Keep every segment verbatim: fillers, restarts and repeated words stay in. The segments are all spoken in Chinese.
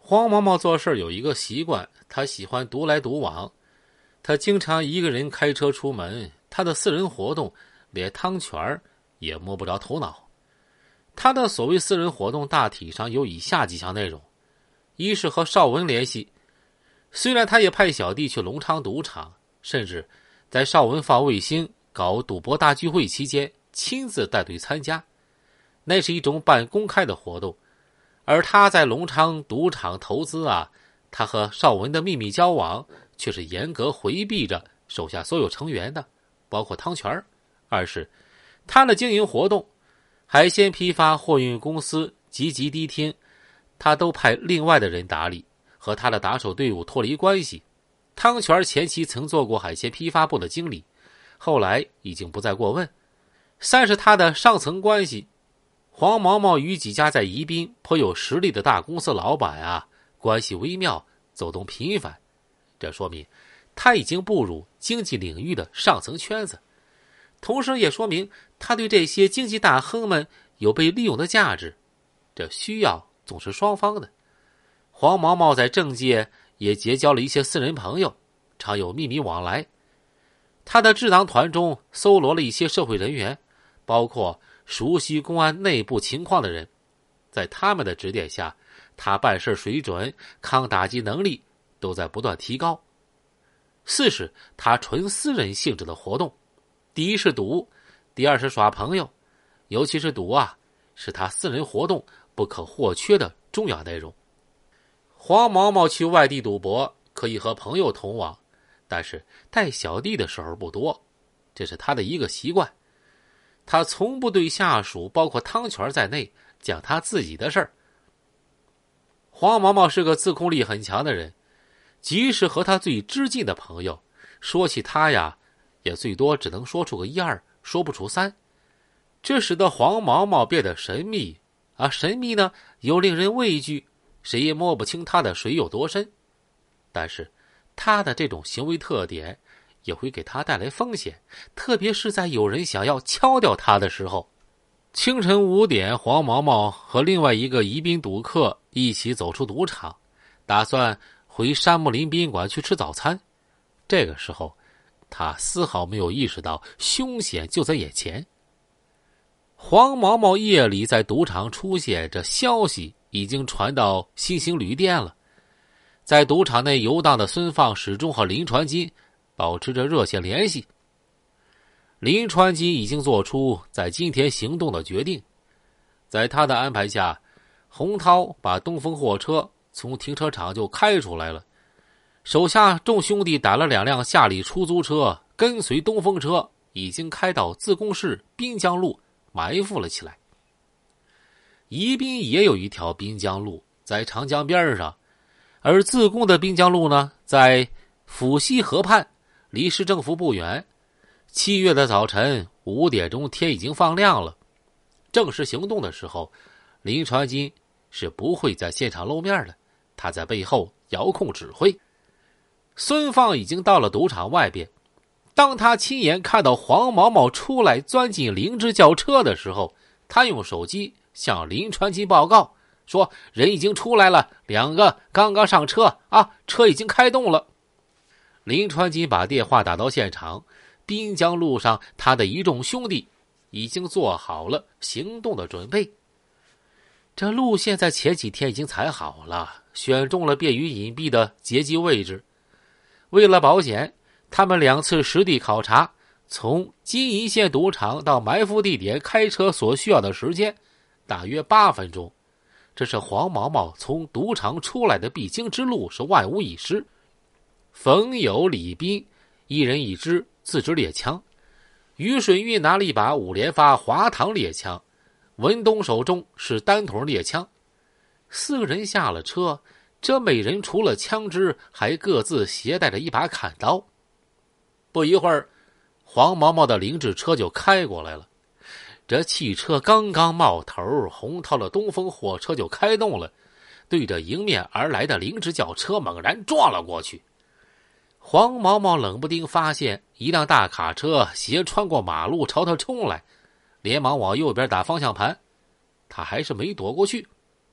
黄毛毛做事有一个习惯，他喜欢独来独往，他经常一个人开车出门，他的私人活动连汤泉也摸不着头脑。他的所谓私人活动大体上有以下几项内容：一是和邵文联系，虽然他也派小弟去隆昌赌场，甚至在邵文放卫星搞赌博大聚会期间亲自带队参加，那是一种半公开的活动。而他在隆昌赌场投资啊，他和邵文的秘密交往却是严格回避着手下所有成员的，包括汤泉。二是他的经营活动，海鲜批发、货运公司、集集迪厅，他都派另外的人打理，和他的打手队伍脱离关系。汤泉前期曾做过海鲜批发部的经理，后来已经不再过问。三是他的上层关系，黄毛毛与几家在宜宾颇有实力的大公司老板啊，关系微妙，走动频繁。这说明他已经步入经济领域的上层圈子，同时也说明他对这些经济大亨们有被利用的价值。这需要总是双方的。黄毛毛在政界也结交了一些私人朋友，常有秘密往来。他的智囊团中搜罗了一些社会人员，包括熟悉公安内部情况的人，在他们的指点下，他办事水准、抗打击能力都在不断提高。四是他纯私人性质的活动，第一是赌，第二是耍朋友，尤其是赌啊，是他私人活动不可或缺的重要内容。黄毛毛去外地赌博可以和朋友同往，但是带小弟的时候不多，这是他的一个习惯。他从不对下属，包括汤泉在内，讲他自己的事儿。黄毛毛是个自控力很强的人，即使和他最知近的朋友说起他呀，也最多只能说出个一二，说不出三。这使得黄毛毛变得神秘，而神秘呢又令人畏惧，谁也摸不清他的水有多深。但是他的这种行为特点也会给他带来风险，特别是在有人想要敲掉他的时候。清晨五点，黄毛毛和另外一个宜宾赌客一起走出赌场，打算回山木林宾馆去吃早餐。这个时候他丝毫没有意识到凶险就在眼前。黄毛毛夜里在赌场出现，这消息已经传到新兴旅店了。在赌场内游荡的孙放始终和林传金保持着热线联系。林传金已经做出在今天行动的决定，在他的安排下，洪涛把东风货车从停车场就开出来了，手下众兄弟打了两辆夏利出租车，跟随东风车已经开到自贡市滨江路埋伏了起来。宜宾也有一条滨江路，在长江边上，而自贡的滨江路呢，在府西河畔，离市政府不远。七月的早晨五点钟，天已经放亮了。正式行动的时候，林传金是不会在现场露面的，他在背后遥控指挥。孙放已经到了赌场外边，当他亲眼看到黄毛毛出来钻进灵芝轿车的时候，他用手机向林传金报告说，人已经出来了，两个刚刚上车啊，车已经开动了。林传金把电话打到现场，滨江路上他的一众兄弟已经做好了行动的准备。这路线在前几天已经踩好了，选中了便于隐蔽的截击位置。为了保险，他们两次实地考察，从金银县赌场到埋伏地点开车所需要的时间大约八分钟。这是黄毛毛从赌场出来的必经之路，是万无一失。冯友、李斌一人一支自制猎枪，于水玉拿了一把五连发滑膛猎枪，文东手中是单筒猎枪。四个人下了车，这每人除了枪支，还各自携带着一把砍刀。不一会儿，黄毛毛的凌志车就开过来了。这汽车刚刚冒头，洪涛的东风货车就开动了，对着迎面而来的凌志轿车猛然撞了过去。黄毛毛冷不丁发现一辆大卡车斜穿过马路朝他冲来，连忙往右边打方向盘，他还是没躲过去。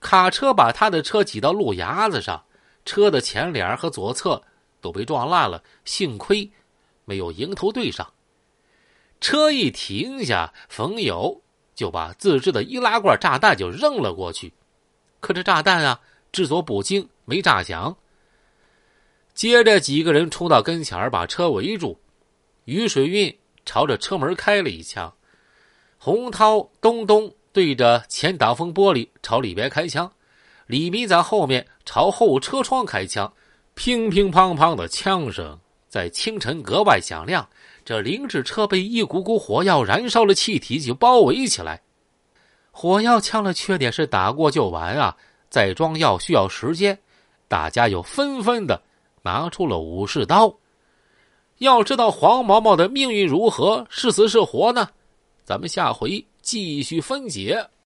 卡车把他的车挤到路牙子上，车的前脸和左侧都被撞烂了，幸亏没有迎头对上。车一停下，冯友就把自制的易拉罐炸弹就扔了过去，可这炸弹啊制作不精，没炸响。接着几个人冲到跟前把车围住，于水运朝着车门开了一枪，洪涛、东东对着前挡风玻璃朝里边开枪，李明在后面朝后车窗开枪，乒乒乓乓的枪声在清晨格外响亮。这灵智车被一股股火药燃烧了气体就包围起来。火药枪的缺点是打过就完啊，再装药需要时间，大家又纷纷的拿出了武士刀。要知道黄毛毛的命运如何，是死是活呢？咱们下回继续分解。